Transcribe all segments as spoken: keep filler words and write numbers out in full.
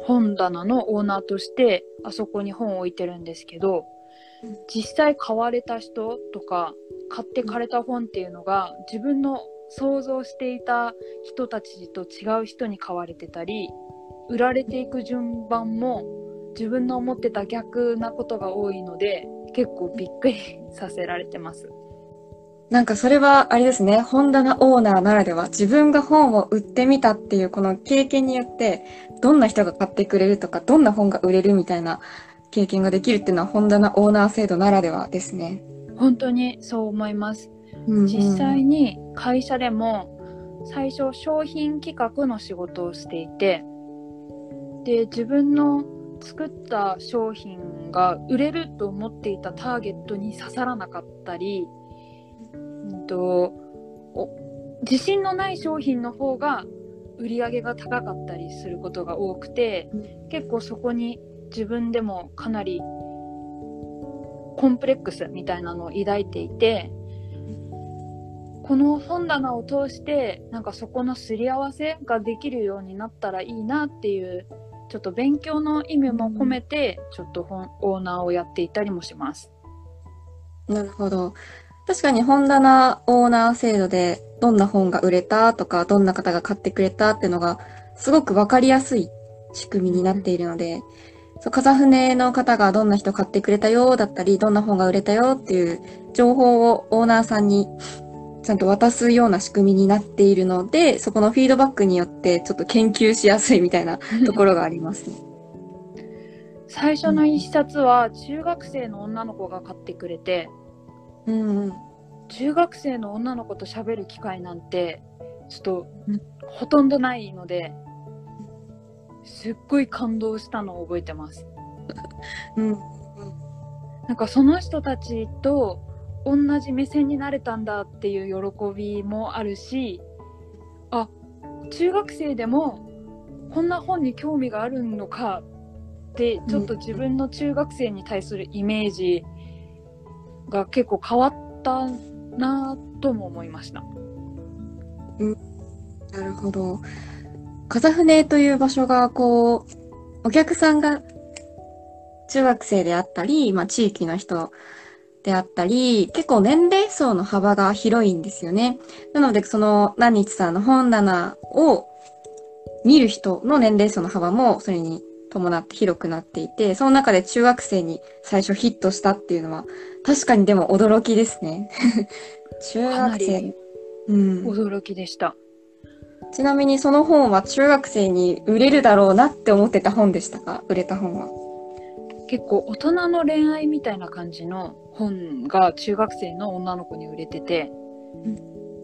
本棚のオーナーとしてあそこに本を置いてるんですけど、実際買われた人とか買ってかれた本っていうのが自分の想像していた人たちと違う人に買われてたり、売られていく順番も自分の思ってた逆なことが多いので、結構びっくりさせられてます。 なんかそれはあれですね、本棚オーナーならでは、自分が本を売ってみたっていうこの経験によって、どんな人が買ってくれるとか、どんな本が売れるみたいな経験ができるっていうのは本棚オーナー制度ならではですね。 本当にそう思います。 うんうん、 実際に会社でも最初商品企画の仕事をしていて、で自分の作った商品が売れると思っていたターゲットに刺さらなかったり、うんと、自信のない商品の方が売り上げが高かったりすることが多くて、結構そこに自分でもかなりコンプレックスみたいなのを抱いていて、この本棚を通してなんかそこのすり合わせができるようになったらいいなっていう、ちょっと勉強の意味も込めてちょっと本オーナーをやっていたりもします。 なるほど。確かに本棚オーナー制度でどんな本が売れたとか、どんな方が買ってくれたっていうのがすごくわかりやすい仕組みになっているので、そう、風船の方がどんな人買ってくれたよだったり、どんな本が売れたよっていう情報をオーナーさんにちゃんと渡すような仕組みになっているので、そこのフィードバックによってちょっと研究しやすいみたいなところがありますね。 最初の一冊は中学生の女の子が買ってくれて、 うんうん、 中学生の女の子と喋る機会なんてちょっとほとんどないので、すっごい感動したのを覚えてます。 うんうん、 なんかその人たちと同じ目線になれたんだっていう喜びもあるし、あ、中学生でもこんな本に興味があるのかってちょっと自分の中学生に対するイメージが結構変わったなとも思いました。 うん、なるほど。風船という場所がこうお客さんが中学生であったり、まあ、地域の人であったり、結構年齢層の幅が広いんですよね。なので、その、何日さんの本棚を見る人の年齢層の幅もそれに伴って広くなっていて、その中で中学生に最初ヒットしたっていうのは、確かにでも驚きですね。中かなり学生。うん。 驚きでした。 ちなみにその本は中学生に売れるだろうなって思ってた本でしたか？売れた本は。 結構大人の恋愛みたいな感じの本が中学生の女の子に売れてて、うん、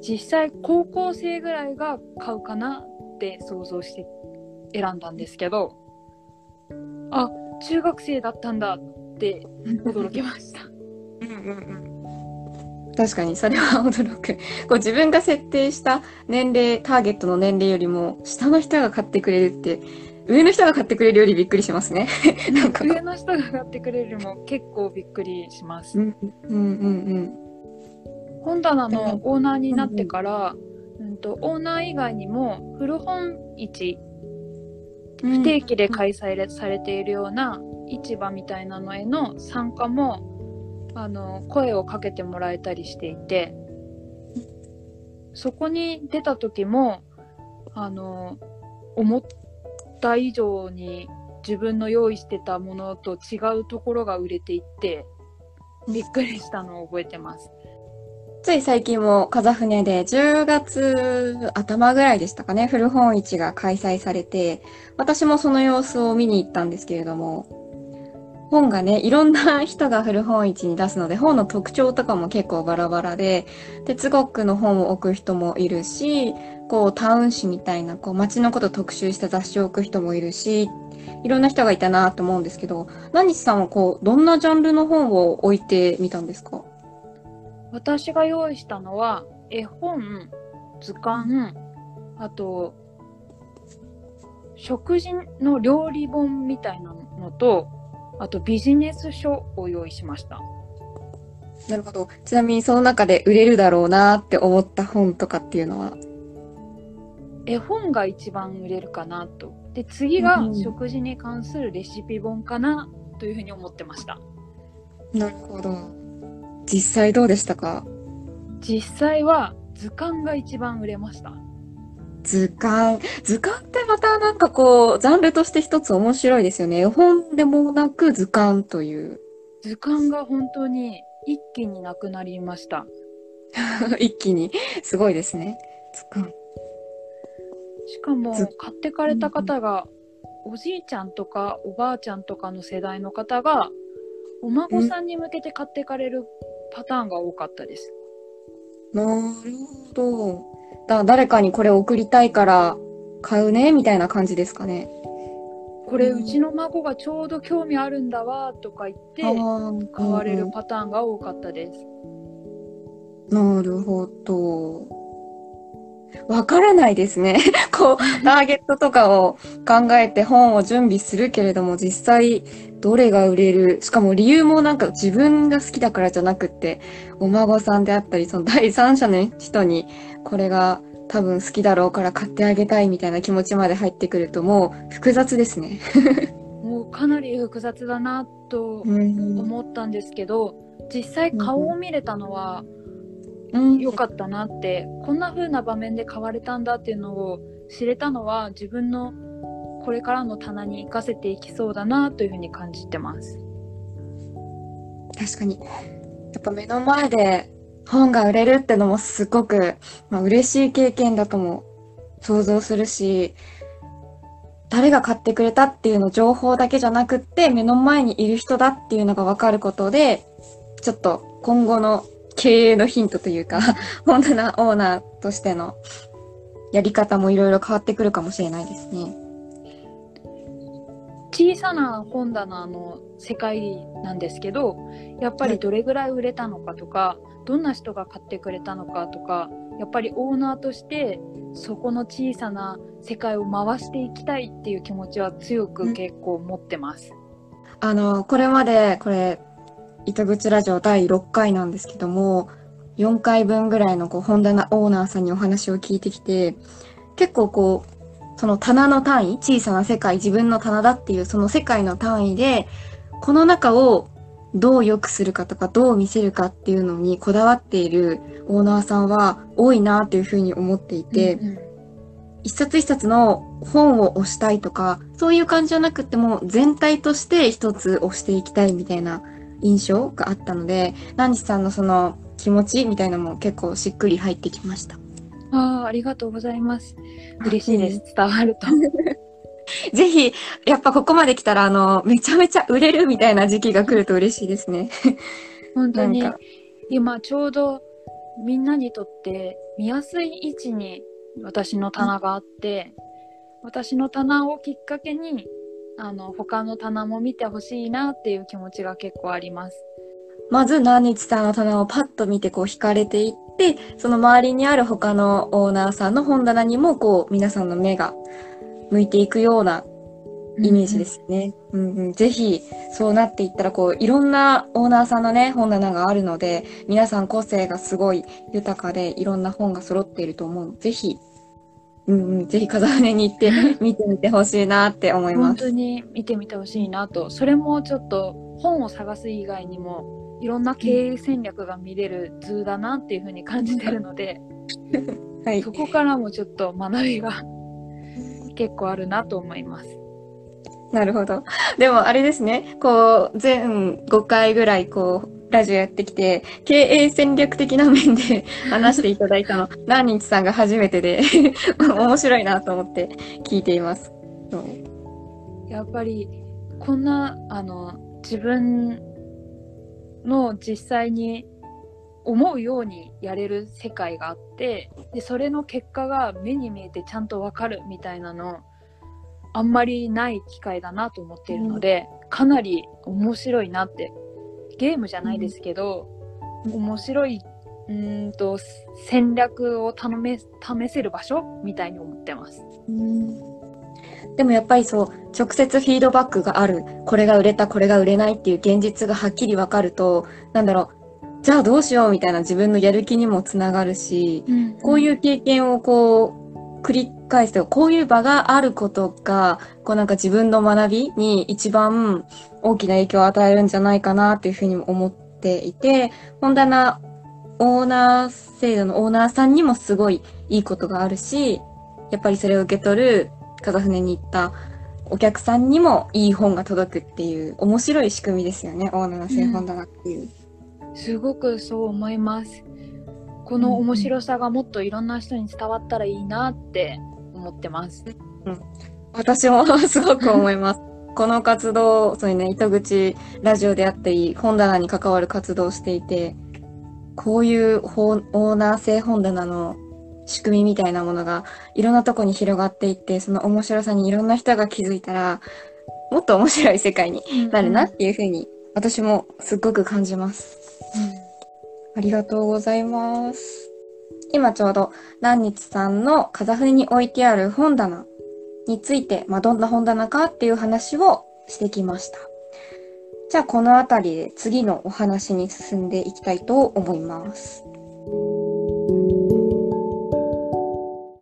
実際高校生ぐらいが買うかなって想像して選んだんですけど、あ、中学生だったんだって驚きました。 うんうんうん、確かにそれは驚く。こう自分が設定した年齢、ターゲットの年齢よりも下の人が買ってくれるって上の人が買ってくれるよりびっくりしますね。 なんか上の人が買ってくれるよりも結構びっくりします。 うんうんうんうん。 本棚のオーナーになってから、うんうん、とオーナー以外にも古本市、不定期で開催されているような市場みたいなのへの参加もあの声をかけてもらえたりしていて、そこに出た時もあの思った以上に自分の用意してたものと違うところが売れていってびっくりしたのを覚えてます。 つい最近も風船でじゅうがつ頭ぐらいでしたかね、古本市が開催されて、私もその様子を見に行ったんですけれども、本がね、いろんな人が古本市に出すので、本の特徴とかも結構バラバラで、哲学の本を置く人もいるし、こうタウン誌みたいなこう街のこと特集した雑誌を置く人もいるし、いろんな人がいたなと思うんですけど、何日さんはこうどんなジャンルの本を置いてみたんですか？ 私が用意したのは絵本、図鑑、あと食事の料理本みたいなのと、あとビジネス書を用意しました。 なるほど。ちなみにその中で売れるだろうなって思った本とかっていうのは？ 絵本が一番売れるかなとで次が食事に関するレシピ本かなというふうに思ってました。 なるほど。実際どうでしたか？ 実際は図鑑が一番売れました。 図鑑。図鑑ってまたなんかこう、ジャンルとして一つ面白いですよね。絵本でもなく図鑑という。 図鑑が本当に一気になくなりました。 一気に。すごいですね。図鑑。 しかも買ってかれた方が、おじいちゃんとかおばあちゃんとかの世代の方が、お孫さんに向けて買ってかれるパターンが多かったです。 なるほど。だ、誰かにこれ送りたいから買うねみたいな感じですかね。 これうちの孫がちょうど興味あるんだわとか言って買われるパターンが多かったです。 なるほど。わからないですね。こう、ターゲットとかを考えて本を準備するけれども、実際どれが売れる、しかも理由もなんか自分が好きだからじゃなくって、お孫さんであったり、その第三者の人にこれが多分好きだろうから買ってあげたいみたいな気持ちまで入ってくると、もう複雑ですね。 もうかなり複雑だなと思ったんですけど、実際顔を見れたのは、うん、よかったなって、こんな風な場面で買われたんだっていうのを知れたのは、自分のこれからの棚に活かせていきそうだなというふうに感じてます。 確かにやっぱ目の前で本が売れるってのもすごく、まあ、嬉しい経験だとも想像するし、誰が買ってくれたっていうの情報だけじゃなくって、目の前にいる人だっていうのが分かることで、ちょっと今後の経営のヒントというか、本棚オーナーとしてのやり方もいろいろ変わってくるかもしれないですね。 小さな本棚の世界なんですけど、やっぱりどれぐらい売れたのかとか、どんな人が買ってくれたのかとか、やっぱりオーナーとしてそこの小さな世界を回していきたいっていう気持ちは強く結構持ってます。 うん、あのこれまでこれ糸口ラジオだいろっかいなんですけども、よんかいぶんぐらいのこう本棚オーナーさんにお話を聞いてきて、結構こうその棚の単位、小さな世界、自分の棚だっていうその世界の単位で、この中をどう良くするかとかどう見せるかっていうのにこだわっているオーナーさんは多いなっていうふうに思っていて、うんうん、一冊一冊の本を推したいとかそういう感じじゃなくても、全体として一つ推していきたいみたいな印象があったので、南地さんのその気持ちみたいなのも結構しっくり入ってきました。 ああ、ありがとうございます。嬉しいです。伝わると。 ぜひ、やっぱここまで来たら、あの、めちゃめちゃ売れるみたいな時期が来ると嬉しいですね。 本当に、今ちょうどみんなにとって見やすい位置に私の棚があって、私の棚をきっかけに、あの、他の棚も見てほしいなっていう気持ちが結構あります。 まず、南日さんの棚をパッと見て、こう、惹かれていって、その周りにある他のオーナーさんの本棚にも、こう、皆さんの目が向いていくようなイメージですね。うんうんうん、ぜひ、そうなっていったら、こう、いろんなオーナーさんのね、本棚があるので、皆さん個性がすごい豊かで、いろんな本が揃っていると思うので、ぜひ、うんうん、ぜひ風船に行って見てみてほしいなって思います。 本当に見てみてほしいなと。それもちょっと本を探す以外にもいろんな経営戦略が見れる図だなっていうふうに感じてるので、はい、そこからもちょっと学びが結構あるなと思います。 なるほど。でもあれですね、こう全ごかいぐらいこうラジオやってきて、経営戦略的な面で話していただいたの、南日さんが初めてで面白いなと思って聞いています。そう、 やっぱりこんなあの自分の実際に思うようにやれる世界があって、でそれの結果が目に見えてちゃんと分かるみたいなのあんまりない機会だなと思っているので、うん、かなり面白いなって、ゲームじゃないですけど、うん、面白い、うーんと戦略を試め、試せる場所みたいに思ってます。 うん、でもやっぱりそう、直接フィードバックがある、これが売れたこれが売れないっていう現実がはっきり分かると、なんだろう、じゃあどうしようみたいな自分のやる気にもつながるし、うんうん、こういう経験をこう繰り返すと、こういう場があることが、こうなんか自分の学びに一番大きな影響を与えるんじゃないかなっていうふうに思っていて、本棚オーナー制度のオーナーさんにもすごいいいことがあるし、やっぱりそれを受け取る風船に行ったお客さんにもいい本が届くっていう面白い仕組みですよね、オーナー制本棚っていう。 うん、すごくそう思います。この面白さがもっといろんな人に伝わったらいいなって思ってます。 うん、私もすごく思います。この活動、そういうね、糸口ラジオであったり、本棚に関わる活動をしていて、こういうオーナー制本棚の仕組みみたいなものがいろんなとこに広がっていって、その面白さにいろんな人が気づいたら、もっと面白い世界になるなっていうふうに、私もすっごく感じます。うんありがとうございます。今ちょうど、南日さんの風船に置いてある本棚について、まあ、どんな本棚かっていう話をしてきました。じゃあ、このあたりで次のお話に進んでいきたいと思います。